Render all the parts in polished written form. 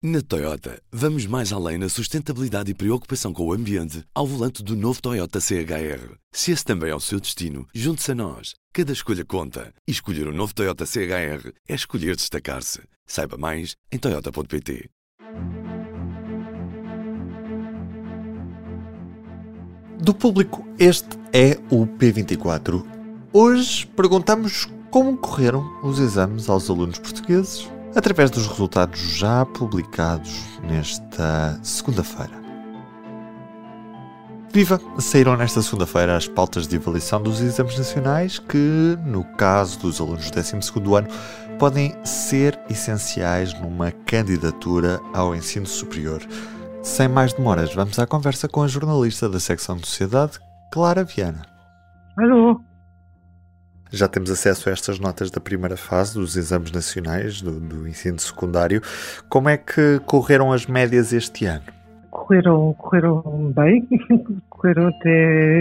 Na Toyota, vamos mais além na sustentabilidade e preocupação com o ambiente ao volante do novo Toyota CHR. Se esse também é o seu destino, junte-se a nós. Cada escolha conta. E escolher o novo Toyota CHR é escolher destacar-se. Saiba mais em toyota.pt. Do público, este é o P24. Hoje perguntamos como correram os exames aos alunos portugueses através dos resultados já publicados nesta segunda-feira. Viva! Saíram nesta segunda-feira as pautas de avaliação dos exames nacionais que, no caso dos alunos do 12º ano, podem ser essenciais numa candidatura ao ensino superior. Sem mais demoras, vamos à conversa com a jornalista da secção de Sociedade, Clara Viana. Alô? Já temos acesso a estas notas da primeira fase dos exames nacionais do ensino secundário. Como é que correram as médias este ano? Correram bem, correram até...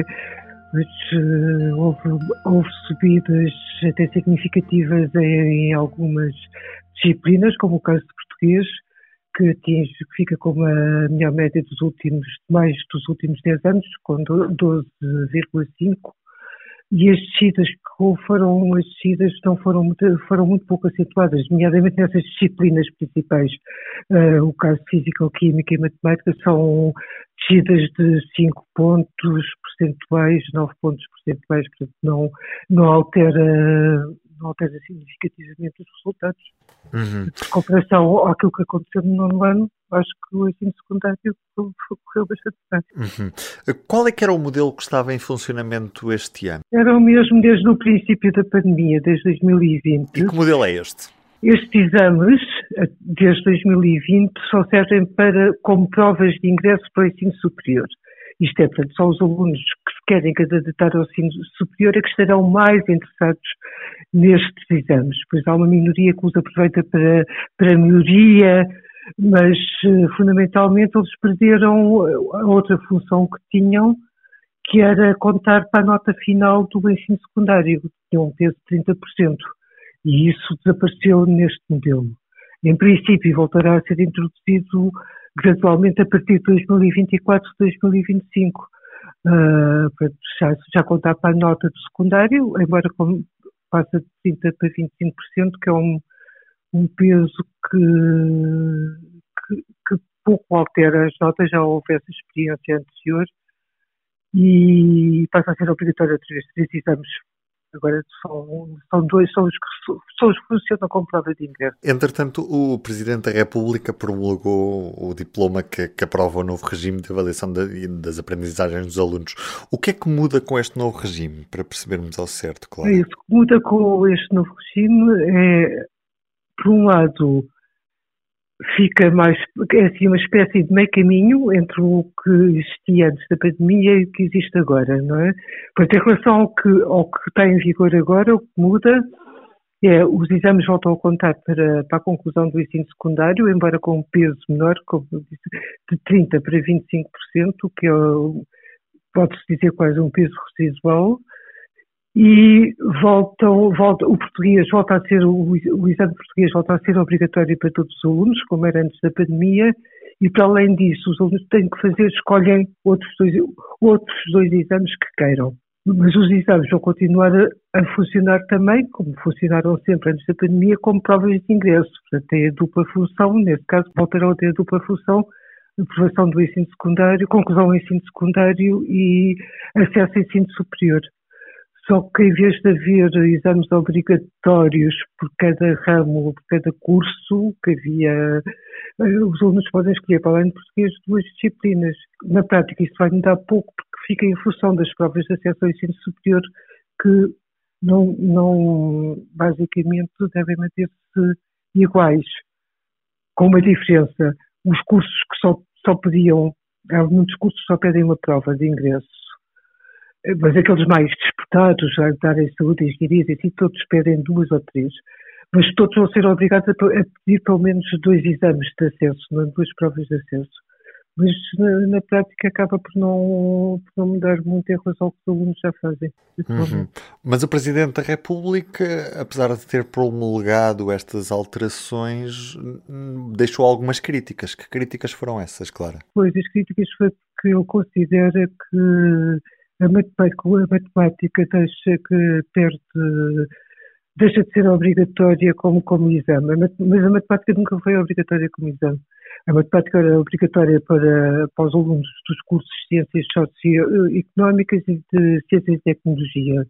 Houve subidas até significativas em algumas disciplinas, como o caso de português, que fica com a melhor média dos últimos 10 anos, com 12,5. E as descidas que houve foram muito pouco acentuadas, nomeadamente nessas disciplinas principais. O caso de Física, Química e Matemática são descidas de 5 pontos percentuais, 9 pontos percentuais, portanto não altera significativamente os resultados. Uhum. Em comparação àquilo que aconteceu no nono ano, acho que o ensino secundário correu bastante bem. Uhum. Qual é que era o modelo que estava em funcionamento este ano? Era o mesmo desde o princípio da pandemia, desde 2020. E que modelo é este? Estes exames, desde 2020, só servem como provas de ingresso para o ensino superior. Isto é, portanto, só os alunos que se querem candidatar ao ensino superior é que estarão mais interessados nestes exames. Pois há uma minoria que os aproveita para a melhoria, mas fundamentalmente eles perderam a outra função que tinham, que era contar para a nota final do ensino secundário, que tinha um peso de 30%. E isso desapareceu neste modelo. Em princípio, voltará a ser introduzido gradualmente a partir de 2024, 2025. Já contar para a nota do secundário, embora passa de 30% para 25%, que é um peso que pouco altera as notas, já houve essa experiência anterior, e passa a ser obrigatório outra vez 3 exames. Agora são dois, são os que funcionam como prova de ingresso. Entretanto, o Presidente da República promulgou o diploma que aprova o novo regime de avaliação das aprendizagens dos alunos. O que é que muda com este novo regime, para percebermos ao certo, claro? Isso que muda com este novo regime é, por um lado, fica assim, uma espécie de meio caminho entre o que existia antes da pandemia e o que existe agora, não é? Portanto, em relação ao que está em vigor agora, o que muda é os exames voltam a contar para a conclusão do ensino secundário, embora com um peso menor, como eu disse, de 30% para 25%, que pode-se dizer quase um peso residual. E o português volta a ser, o exame de português volta a ser obrigatório para todos os alunos, como era antes da pandemia, e para além disso, os alunos têm que escolhem outros dois exames que queiram. Mas os exames vão continuar a funcionar também, como funcionaram sempre antes da pandemia, como provas de ingresso. Portanto, tem a dupla função, nesse caso voltarão a ter a dupla função, aprovação do ensino secundário, conclusão do ensino secundário e acesso ao ensino superior. Só que em vez de haver exames obrigatórios por cada ramo, por cada curso, que havia, os alunos podem escolher, para além de português, 2 disciplinas. Na prática isso vai mudar pouco, porque fica em função das provas de acesso ao ensino superior, que não basicamente devem manter-se iguais, com uma diferença. Os cursos que só pediam, há muitos cursos que só pedem uma prova de ingresso. Mas aqueles mais disputados, a área de saúde, engenharia, assim, todos pedem 2 ou 3. Mas todos vão ser obrigados a pedir pelo menos 2 exames de acesso, não 2 provas de acesso. mas na prática acaba por não mudar muito em relação ao que os alunos já fazem. Mas o Presidente da República, apesar de ter promulgado estas alterações, deixou algumas críticas. Que críticas foram essas, Clara? Pois, as críticas foi que ele considera que a matemática deixa de ser obrigatória como exame, mas a matemática nunca foi obrigatória como exame. A matemática era obrigatória para os alunos dos cursos de Ciências Socioeconómicas e de Ciências e Tecnologia.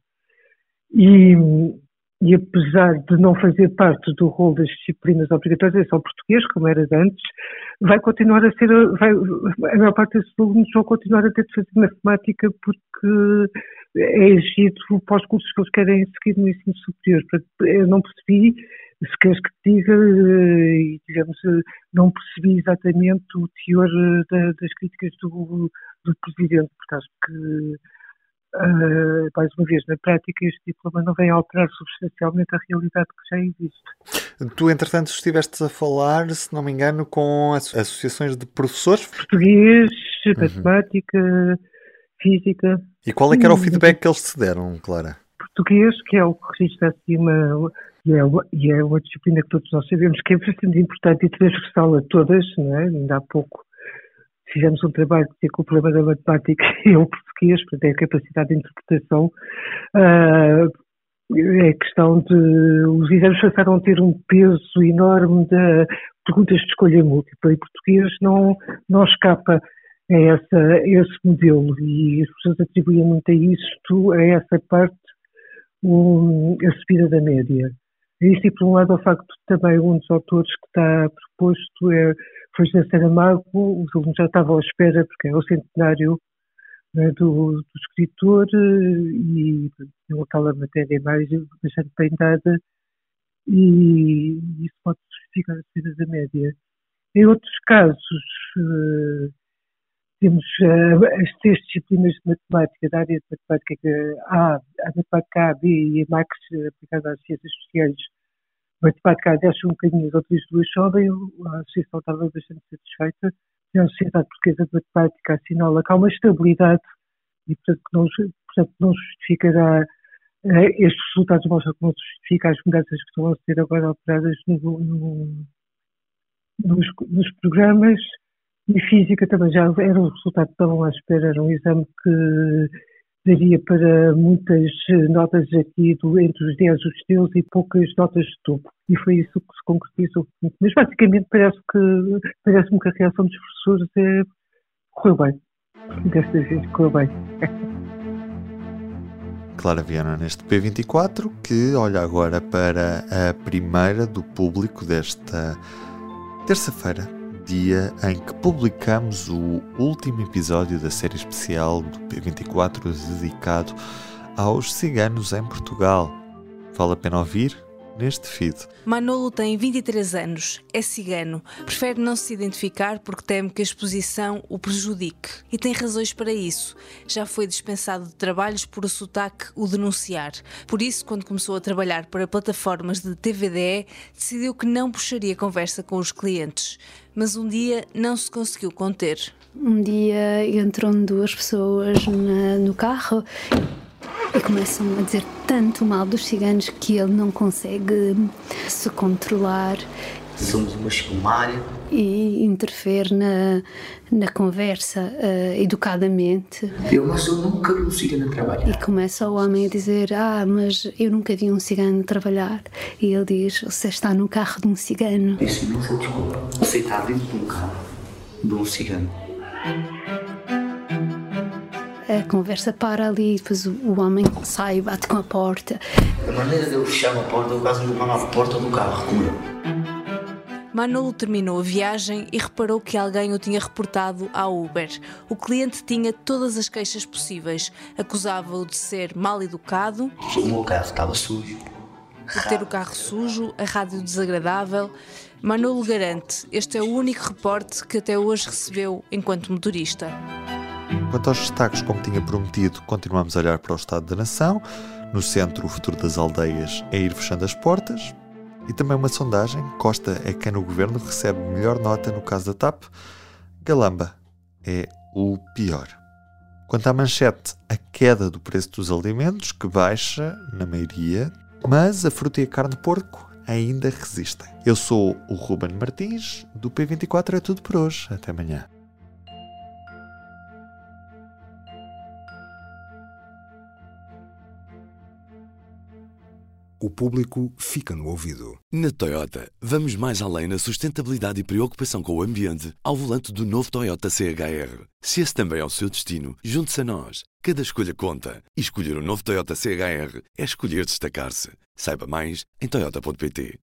E apesar de não fazer parte do rol das disciplinas obrigatórias, é só português, como era de antes, vai continuar a ser, a maior parte desses alunos vão continuar a ter de fazer matemática porque é exigido para os cursos que eles querem seguir no ensino superior. Eu não percebi, se queres que te diga, e digamos, não percebi exatamente o teor das críticas do Presidente, porque acho que mais uma vez, na prática, este diploma não vem alterar substancialmente a realidade que já existe. Tu, entretanto, estiveste a falar, se não me engano, com associações de professores? Português, matemática, física. E qual é que era o feedback que eles te deram, Clara? Português, que é o que registra acima, e é uma disciplina que todos nós sabemos que é bastante importante e transversal a todas, não é? Ainda há pouco fizemos um trabalho que o problema da matemática é o português, portanto é a capacidade de interpretação. É questão de... Os exames passaram a ter um peso enorme de perguntas de escolha múltipla e português não escapa a esse modelo e as pessoas atribuem muito a essa parte a subida da média. Isso, e por um lado, ao facto também um dos autores que está proposto foi José Saramago. Os alunos já estavam à espera, porque é o centenário, né, do escritor, e aquela matéria mais bastante bem dada, e isso pode justificar a subida da média. Em outros casos, temos as 3 disciplinas de matemática, da área de matemática A, a matemática A, B e a Max aplicada às ciências sociais. A matemática A desce um bocadinho, as outras 2 sobem. A associação estava bastante satisfeita. A Sociedade Portuguesa de Matemática assinala que há uma estabilidade e, portanto, não justificará, estes resultados mostram que não se justifica as mudanças que estão a ser agora operadas nos programas. E física também já era um resultado que estavam à espera, era um exame que daria para muitas notas aqui entre os 10 os teus e poucas notas de topo. E foi isso que se concretizou. Mas basicamente parece-me que a reação dos professores correu bem. Desta vez correu bem. Clara Viana neste P24, que olha agora para a primeira do público desta terça-feira, dia em que publicamos o último episódio da série especial do P24 dedicado aos ciganos em Portugal. Vale a pena ouvir neste feed. Manolo tem 23 anos, é cigano, prefere não se identificar porque teme que a exposição o prejudique. E tem razões para isso. Já foi dispensado de trabalhos por o sotaque o denunciar. Por isso, quando começou a trabalhar para plataformas de TVDE, decidiu que não puxaria conversa com os clientes. Mas um dia não se conseguiu conter. Um dia entram 2 pessoas no carro e começam a dizer tanto mal dos ciganos que ele não consegue se controlar. Somos uma espumária. E interfere na conversa educadamente. Mas eu nunca vi um cigano trabalhar. E começa o homem a dizer: mas eu nunca vi um cigano trabalhar. E ele diz: você está no carro de um cigano. Peço imensa desculpa. Você está dentro de um carro de um cigano. A conversa para ali, depois o homem sai e bate com a porta. A maneira de eu fechar a porta, eu quase não a porta do carro com ele. Manolo terminou a viagem e reparou que alguém o tinha reportado à Uber. O cliente tinha todas as queixas possíveis. Acusava-o de ser mal educado, o meu carro estava sujo, de ter o carro sujo, a rádio desagradável. Manolo garante, este é o único reporte que até hoje recebeu enquanto motorista. Quanto aos destaques, como tinha prometido, continuamos a olhar para o Estado da Nação. No centro, o futuro das aldeias é ir fechando as portas. E também uma sondagem. Costa é quem no governo recebe melhor nota no caso da TAP. Galamba é o pior. Quanto à manchete, a queda do preço dos alimentos, que baixa na maioria, mas a fruta e a carne de porco ainda resistem. Eu sou o Ruben Martins, do P24 é tudo por hoje. Até amanhã. O público fica no ouvido. Na Toyota, vamos mais além na sustentabilidade e preocupação com o ambiente ao volante do novo Toyota CHR. Se esse também é o seu destino, junte-se a nós. Cada escolha conta. E escolher o novo Toyota CHR é escolher destacar-se. Saiba mais em toyota.pt.